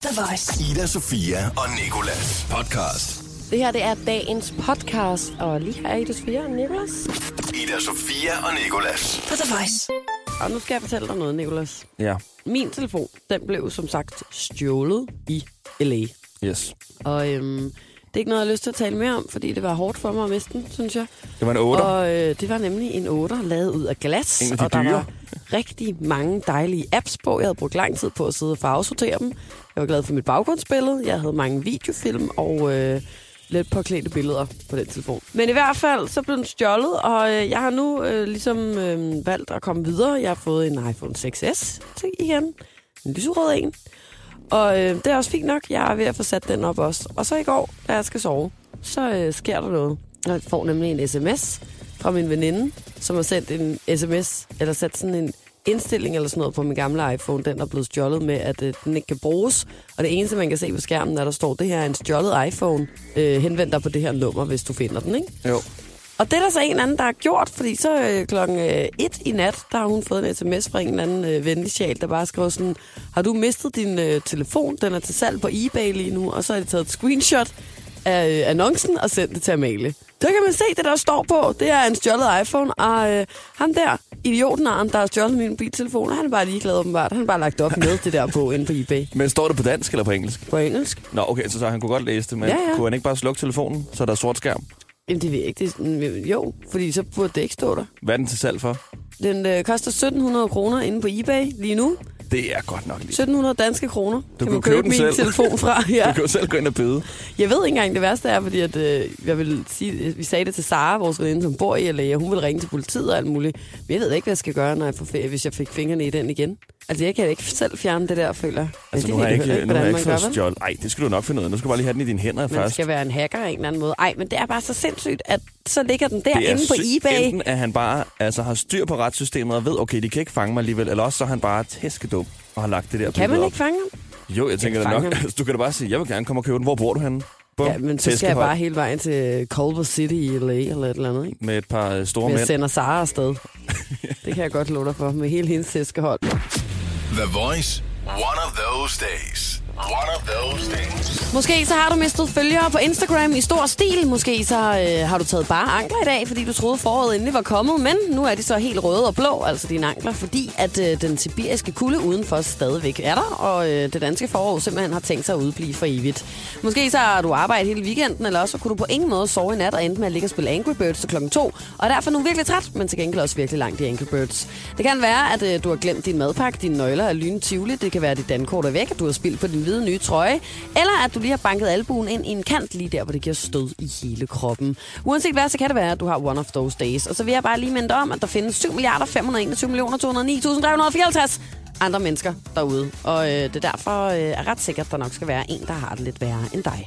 The Voice. Ida, Sofia og Nicolas podcast. Det her, det er dagens podcast, og lige her er Ida, Sofia og Nicolas. Ida, Sofia og Nicolas. For The Voice. Og nu skal jeg fortælle dig noget, Nicolas. Ja. Min telefon, den blev som sagt stjålet i LA. Yes. Og det er ikke noget, jeg har lyst til at tale mere om, fordi det var hårdt for mig at miste den, synes jeg. Det var en 8'er. Og det var nemlig en 8'er, lavet ud af glas. En af de og der dyre. var rigtig mange dejlige apps på. Jeg havde brugt lang tid på at sidde og farvesortere dem. Jeg var glad for mit baggrundsbillede. Jeg havde mange videofilm og lidt påklædte billeder på den telefon. Men i hvert fald, så blev den stjålet, og jeg har nu valgt at komme videre. Jeg har fået en iPhone 6s igen. En lyserød en. Og det er også fint nok. Jeg er ved at få sat den op også. Og så i går, da jeg skal sove, så sker der noget. Jeg får nemlig en sms fra min veninde, som har sendt en sms, eller sat sådan en indstilling eller sådan noget på min gamle iPhone. Den er blevet stjålet med, at den ikke kan bruges. Og det eneste, man kan se på skærmen, er der står, det her er en stjålet iPhone. Henvend dig på det her nummer, hvis du finder den, ikke? Jo. Og det er der så en anden, der har gjort, fordi så klokken 1 i nat, der har hun fået en sms fra en eller anden venlig sjæl, der bare skrev sådan, har du mistet din telefon? Den er til salg på eBay lige nu. Og så har de taget et screenshot af annoncen og sendt det til Amalie. Der kan man se, det der står på. Det er en stjålet iPhone, og ham der, idiotenarm, der har stjålet min mobiltelefon, han er bare ligeglad åbenbart. Han har bare lagt op med det der på inde på eBay. Men står det på dansk eller på engelsk? På engelsk. Nå, okay, så han kunne godt læse det, men Ja. kunne han ikke bare slukke telefonen, så der er sort skærm? Jamen, det ved jeg ikke. Jo, fordi så burde det ikke stå der. Hvad er den til salg for? Den koster 1.700 kroner inde på eBay lige nu. Det er godt nok lige. 1.700 danske kroner. Du kan man købe købe den min selv. telefon fra. Ja. Du kan jo selv gå ind og byde. Jeg ved ikke engang, det værste er, fordi at, jeg vil sige, vi sagde det til Sara, vores veninde, som bor i LA, og hun vil ringe til politiet og alt muligt. Men jeg ved ikke, hvad jeg skal gøre, når jeg får ferie, hvis jeg fik fingrene i den igen. Altså, jeg kan ikke selv fjerne det der, føler jeg. Altså, det nu har jeg kan ikke fået stjålet. Ej, det skal du nok finde ud af. Nu skal du bare lige have den i dine hænder Man først. skal være en hacker af en eller anden måde. Ej, men det er bare så sindssygt, at så ligger den der Det er inde på eBay. Enten at han bare har styr på retssystemet og ved, okay, de kan ikke fange mig alligevel, eller også så er han bare tæskedum og har lagt det der Kan billede man op. ikke fange ham? Jo, jeg tænker da fange nok. ham. Du kan da bare sige, jeg vil gerne komme og købe den. Hvor bor du henne? Bum, Ja, men så skal jeg tæskehold. bare hele vejen til Culver City i LA eller et eller andet, ikke? Med et par store Men jeg mænd. sender Sara afsted. Det kan jeg godt love dig for, med hele hendes tæskehold. The Voice. One of those days. One of those days. Måske så har du mistet følgere på Instagram i stor stil. Måske så har du taget bare ankler i dag, fordi du troede foråret endelig var kommet. Men nu er de så helt røde og blå, altså dine ankler, fordi at den sibiriske kulde udenfor stadigvæk er der. Og det danske forår simpelthen har tænkt sig at udblive for evigt. Måske så har du arbejdet hele weekenden, eller også så kunne du på ingen måde sove i nat og endte med at ligge og spille Angry Birds til klokken 2. Og er derfor nu virkelig træt, men til gengæld også virkelig langt i Angry Birds. Det kan være, at du har glemt din madpakke, dine nøgler er lyne tivoli. Det kan være, at dit dankort er væk, at du har spildt på din hvide nye trøje. Eller at du lige har banket albuen ind i en kant lige der, hvor det giver stød i hele kroppen. Uanset hvad, så kan det være, at du har one of those days. Og så vil jeg bare lige minde om, at der findes 7.521.209.354 andre mennesker derude. Og det er derfor er ret sikkert, at der nok skal være en, der har det lidt værre end dig.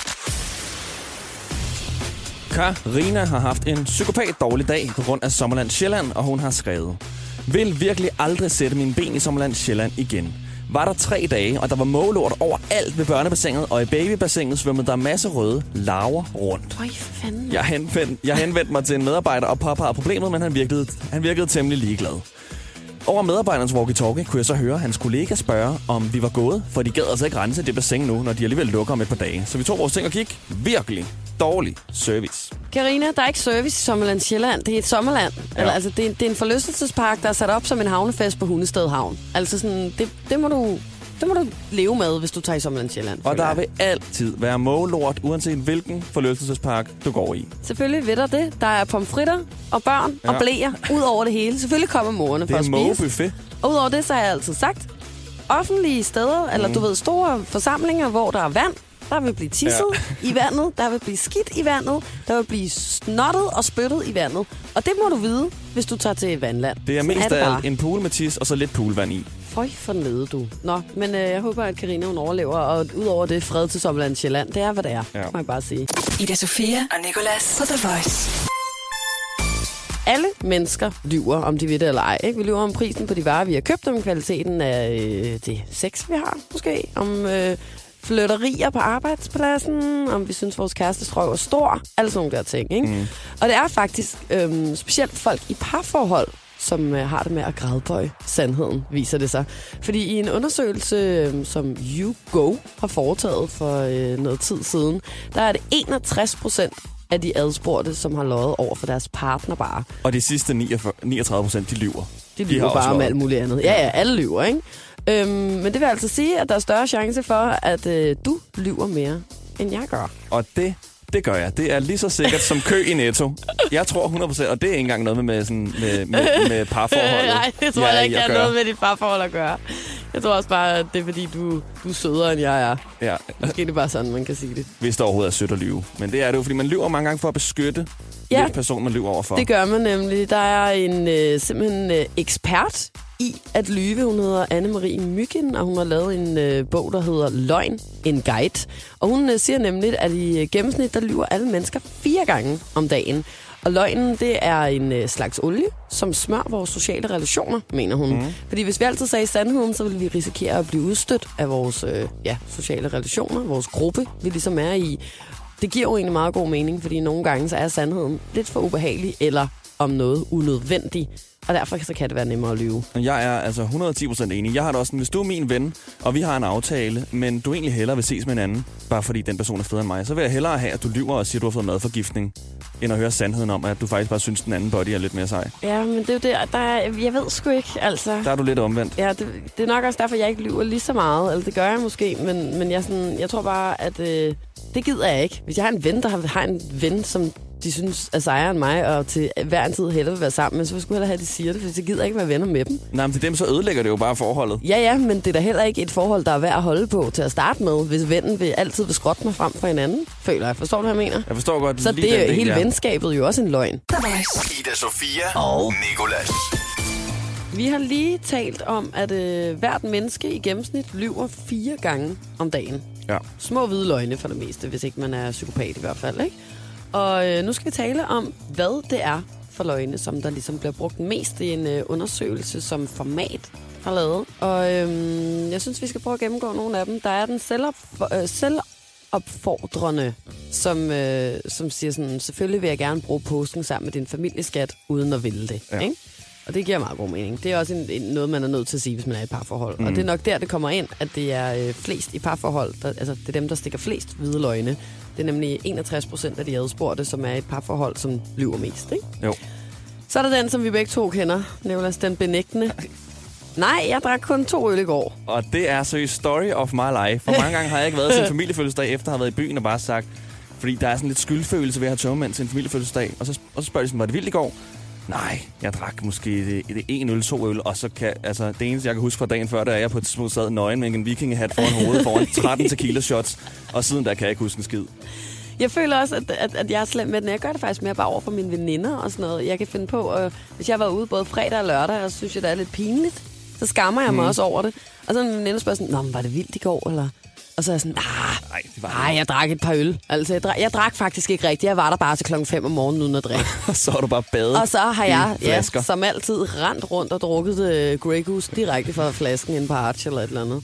Karina har haft en psykopat dårlig dag på grund af Sommerland Sjælland, og hun har skrevet: Vil virkelig aldrig sætte mine ben i Sommerland Sjælland igen. Var der 3 dage, og der var mågelort overalt ved børnebassinet, og i babybassinet svømmede der masser røde larver rundt. Øj, for fanden. Jeg henvendte mig til en medarbejder og påpegede problemet, men han virkede temmelig ligeglad. Over medarbejderens walkie-talkie kunne jeg så høre hans kollega spørge, om vi var gået, for de gad altså ikke rense det bassin nu, når de alligevel lukker om et par dage. Så vi tog vores ting og gik. Virkelig dårlig service. Karina, der er ikke service i Sommerland Sjælland. Det er et sommerland. Ja. Altså, det er en forlystelsespark, der er sat op som en havnefest på Hundested Havn. Altså sådan, det må du leve med, hvis du tager i Sommerland Sjælland. Og der vil altid være mågelort, uanset hvilken forlystelsespark du går i. Selvfølgelig ved der det. Der er pomfritter og børn og blæer ud over det hele. Selvfølgelig kommer morerne Det for at er spise. mågebuffet. Og udover det, så har jeg altid sagt, offentlige steder, eller du ved, store forsamlinger, hvor der er vand, der vil blive tisset i vandet, der vil blive skidt i vandet, der vil blive snottet og spyttet i vandet. Og det må du vide, hvis du tager til vandland. Det er Sådan mest det af bare. alt en pool med tis og så lidt poolvand i. Føj for nede, du. Nå, men jeg håber, at Karina hun overlever, og udover det, fred til Sommerland Sjælland. Det er, hvad det er, må jeg bare sige. Ida, Sofia og Nicolas på The Voice. Alle mennesker lyver, om de ved det eller ej. Ikke? Vi lyver om prisen på de varer, vi har købt, om kvaliteten af det sex, vi har, måske. Om flirterier på arbejdspladsen, om vi synes, vores kærestes røv er stor. Alle sådan nogle der ting. Ikke? Og det er faktisk specielt folk i parforhold, som har det med at gradbøje sandheden, viser det sig. Fordi i en undersøgelse, som YouGo har foretaget for noget tid siden, der er det 61% af de adspurgte, som har løjet over for deres partner bare. Og de sidste 39%, de lyver. De lyver bare om alt muligt andet. Ja, alle lyver, ikke? Men det vil altså sige, at der er større chance for, at du lyver mere, end jeg gør. Og det gør jeg. Det er lige så sikkert som kø i Netto. Jeg tror 100%, og det er ikke engang noget med parforholdet. Nej, det tror jeg ikke, det er noget med dit parforhold at gøre. Jeg tror også bare, at det er fordi, du er sødere, end jeg er. Ja. Måske er det bare sådan, man kan sige det. Hvis det overhovedet er sødt at lyve. Men det er det jo, fordi man lyver mange gange for at beskytte den person, man lyver overfor. Det gør man nemlig. Der er en simpelthen ekspert i at lyve. Hun hedder Anne-Marie Myggen, og hun har lavet en bog, der hedder Løgn, en guide. Og hun siger nemlig, at i gennemsnit, der lyver alle mennesker 4 gange om dagen. Og løgnen, det er en slags olie, som smører vores sociale relationer, mener hun. Fordi hvis vi altid sagde sandheden, så ville vi risikere at blive udstødt af vores sociale relationer, vores gruppe, vi ligesom er i. Det giver jo egentlig meget god mening, fordi nogle gange så er sandheden lidt for ubehagelig, eller om noget unødvendigt. Og derfor så kan det være nemmere at lyve. Jeg er altså 110% enig. Jeg har det også sådan, hvis du er min ven, og vi har en aftale, men du egentlig hellere vil ses med en anden, bare fordi den person er federe end mig, så vil jeg hellere have, at du lyver og siger, at du har fået madforgiftning, end at høre sandheden om, at du faktisk bare synes, den anden body er lidt mere sej. Ja, men det er jo det, jeg ved sgu ikke, altså. Der er du lidt omvendt. Ja, det er nok også derfor, jeg ikke lyver lige så meget. Eller det gør jeg måske, men jeg tror bare, at det gider jeg ikke. Hvis jeg har en ven, der har en ven, som de synes er sejere end mig, og til hver en tid hellere vil være sammen med, så skulle jeg hellere have, at de siger det, for så gider jeg ikke være venner med dem. Nej, men til dem så ødelægger det jo bare forholdet. Ja, men det er da heller ikke et forhold, der er værd at holde på til at starte med, hvis vennen altid vil skrotte mig frem for hinanden, føler jeg. Forstår du, hvad jeg mener? Jeg forstår godt. Så det er jo hele venskabet jo også en løgn. Ida Sofia og Nicolas. Vi har lige talt om, at hvert menneske i gennemsnit lyver 4 gange om dagen. Ja. Små hvide løgne for det meste, hvis ikke man er psykopat i hvert fald, ikke? Og nu skal vi tale om, hvad det er for løgne, som der ligesom bliver brugt mest i en undersøgelse, som Format har lavet. Og jeg synes, vi skal prøve at gennemgå nogle af dem. Der er den selvopfordrende, som siger sådan, selvfølgelig vil jeg gerne bruge påsken sammen med din familieskat, uden at ville det. Ja. Ikke? Og det giver meget god mening. Det er også noget, man er nødt til at sige, hvis man er i parforhold. Og det er nok der, det kommer ind, at det er flest i parforhold. Altså, det er dem, der stikker flest hvide løgne. Det er nemlig 61% af de adspurgte, som er i et parforhold, som lyver mest, ikke? Jo. Så er der den, som vi begge to kender, Nicolas, den benægtende. Nej, jeg drak kun 2 øl i går. Og det er seriøst story of my life. For mange gange har jeg ikke været til en familiefødselsdag, efter at have været i byen og bare sagt, fordi der er sådan lidt skyldfølelse ved at have tømmermænd til en familiefødselsdag. Og så spørger de sådan, var det vildt i går? Nej, jeg drak måske det 1 øl, 2 øl, og så kan, altså det eneste, jeg kan huske fra dagen før, der er jeg på et tidspunkt sad nøgen med en vikingehat foran hovedet foran 13 tequila shots, og siden der kan jeg ikke huske en skid. Jeg føler også, at jeg er slem med den. Jeg gør det faktisk mere bare over for mine veninder og sådan noget. Jeg kan finde på, hvis jeg har været ude både fredag og lørdag, og så synes jeg, det er lidt pinligt, så skammer jeg mig også over det. Og så en veninde spørger sådan, nå, men var det vildt i går, eller? Og så er jeg sådan, nej, jeg drak et par øl. Altså, jeg drak faktisk ikke rigtigt. Jeg var der bare til 5:00 om morgenen uden at drikke. Så har du bare badet. Og så har jeg, som altid, rendt rundt og drukket Grey Goose direkte fra flasken ind på Arch eller et eller andet.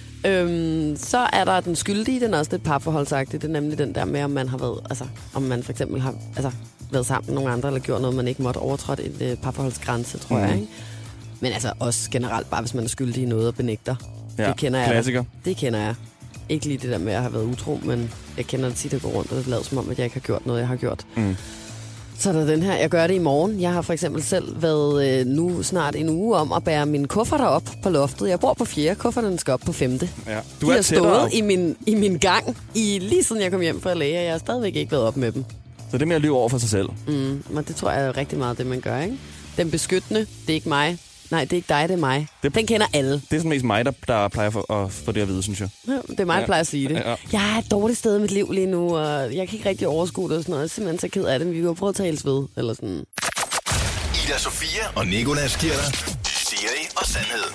Så er der den skyldige, den er også lidt parforholdsagtig. Det er nemlig den der med, om man har været, altså, om man for eksempel har været sammen med nogle andre, eller gjort noget, man ikke måtte overtrådt en parforholdsgrænse, tror jeg, ikke? Men altså også generelt, bare hvis man er skyldig i noget og benægter. Ja, det kender jeg. Klassiker. Det kender jeg. Ikke lige det der med at have været utro, men jeg kender det tit at gå rundt og lade som om, at jeg ikke har gjort noget, jeg har gjort. Så er der den her, jeg gør det i morgen. Jeg har for eksempel selv været nu snart en uge om at bære mine kufferter op på loftet. Jeg bor på 4. Kufferterne skal op på 5. Ja. De har stået i min gang lige siden jeg kom hjem fra læge, og jeg har stadigvæk ikke været op med dem. Så det er med at lyve over for sig selv? Men det tror jeg er rigtig meget det, man gør, ikke? Den beskyttende, det er ikke mig. Nej, det er ikke dig, det er mig. Den kender alle. Det er sådan mest mig, der plejer at få det at vide, synes jeg. Ja, det er mig, der plejer at sige det. Ja. Jeg er et dårligt sted i mit liv lige nu, og jeg kan ikke rigtig overskue det og sådan noget. Jeg er simpelthen så ked af det, men vi kan jo prøve at tales ved. Eller sådan. Ida Sofia og Nicolas giver dig Siri og Sandhed.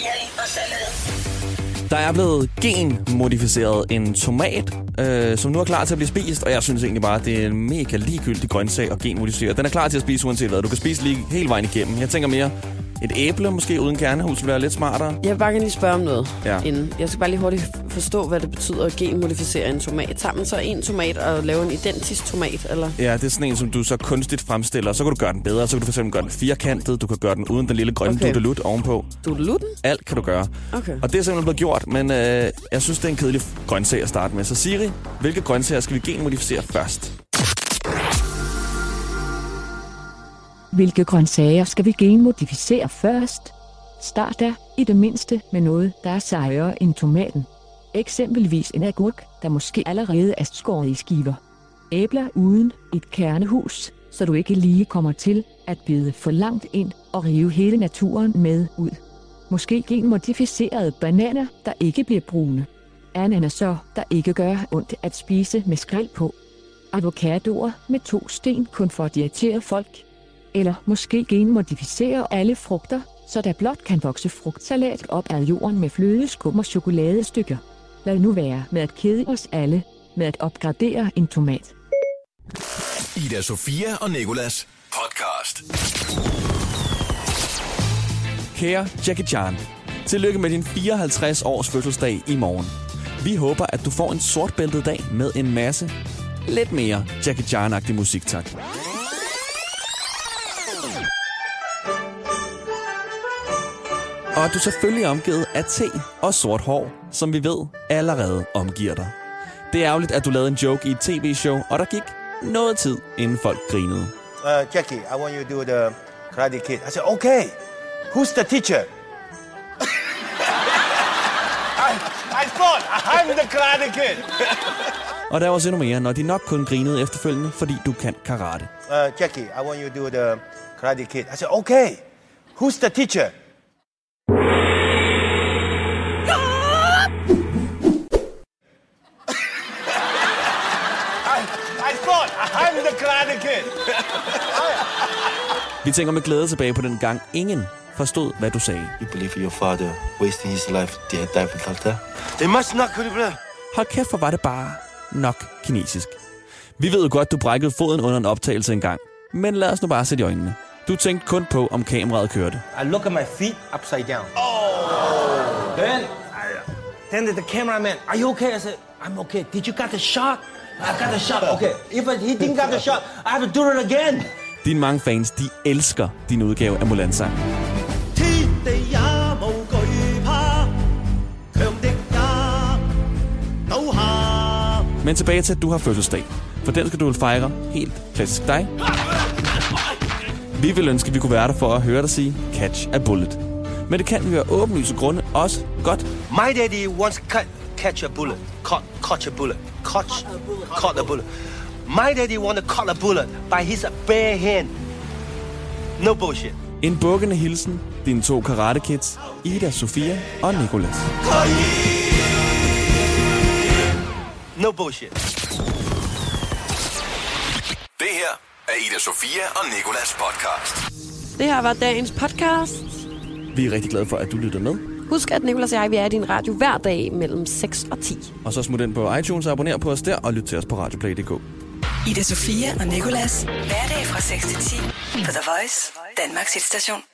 Der er blevet genmodificeret en tomat, som nu er klar til at blive spist, og jeg synes egentlig bare, at det er en mega ligegyldig grøntsag at genmodificere. Den er klar til at spise uanset hvad. Du kan spise lige hele vejen igennem. Jeg tænker mere, Et æble måske uden kernehus vil være lidt smartere. Jeg vil bare gerne lige spørge om noget inden. Jeg skal bare lige hurtigt forstå, hvad det betyder at genmodificere en tomat. Tager man så en tomat og laver en identisk tomat, eller? Ja, det er sådan en, som du så kunstigt fremstiller. Så kan du gøre den bedre. Så kan du fx gøre den firkantet. Du kan gøre den uden den lille grønne dudelut ovenpå. Dudelutten? Alt kan du gøre. Okay. Og det er simpelthen blevet gjort, men jeg synes, det er en kedelig grøntsag at starte med. Så Siri, hvilke grøntsager skal vi genmodificere først? Hvilke grøntsager skal vi genmodificere først? Start da, i det mindste, med noget, der er sejere end tomaten. Eksempelvis en agurk, der måske allerede er skåret i skiver. Æbler uden et kernehus, så du ikke lige kommer til at bide for langt ind og rive hele naturen med ud. Måske genmodificerede bananer, der ikke bliver brune. Ananaser, der ikke gør ondt at spise med skræl på. Avocadoer med 2 sten kun for at irritere folk. Eller måske genmodificere alle frugter, så der blot kan vokse frugtsalat op af jorden med flødeskum og chokoladestykker. Lad nu være med at kede os alle med at opgradere en tomat. Ida Sofia og Nicolas podcast. Kære Jackie Chan, tillykke med din 54 års fødselsdag i morgen. Vi håber, at du får en sortbæltet dag med en masse, lidt mere Jackie Chan-agtig musik, tak. Og at du selvfølgelig er omgivet af te og sort hår, som vi ved allerede omgiver dig. Det er ærgerligt, at du lavede en joke i et tv-show, og der gik noget tid, inden folk grinede. Jackie, I want you to do the Karate Kid. I said, okay. Who's the teacher? I thought I'm the Karate Kid. Og der var også endnu mere, når de nok kun grinede efterfølgende, fordi du kan karate. Jackie, I want you to do the Karate Kid. I said, okay. Who's the teacher? I thought I'm the Karate Kid. Vi tænker med glæde tilbage på den gang, ingen forstod, hvad du sagde. You believe your father wasting his life to die without that? They must not could have. Hold kæft, hvor var det bare nok kinesisk. Vi ved jo godt, du brækkede foden under en optagelse engang. Men lad os nu bare sætte i øjnene. Du tænkte kun på, om kameraet kørte. I look at my feet upside down. Then the cameraman, are you okay? I said, I'm okay. Did you got the shot? I got the shot. Okay. If he didn't got the shot, I have to do it again. Dine mange fans, de elsker din udgave af Mulan-sang. Men tilbage til, at du har fødselsdag. For den skal du vel fejre helt klassisk dig. Vi vil ønske, at vi kunne være der for at høre dig sige catch a bullet. Men det kan vi af åbenlyse grunde også godt. My daddy wants catch a bullet. Catch a bullet. Caught a bullet. My daddy want to cut a bullet by his bare hand. No bullshit. En bukkende hilsen, dine 2 karate kids, Ida Sofia og Nicolas. No bullshit. Det her er Ida Sofia og Nicolas podcast. Det her var dagens podcast. Vi er rigtig glade for, at du lytter med. Husk, at Nicolas og jeg, vi er i din radio hver dag mellem 6 og 10. Og så smut ind på iTunes og abonner på os der, og lyt til os på radioplay.dk. Ida Sofia og Nicolas. Hverdag fra 6 til 10 på The Voice, Danmarks hitstation.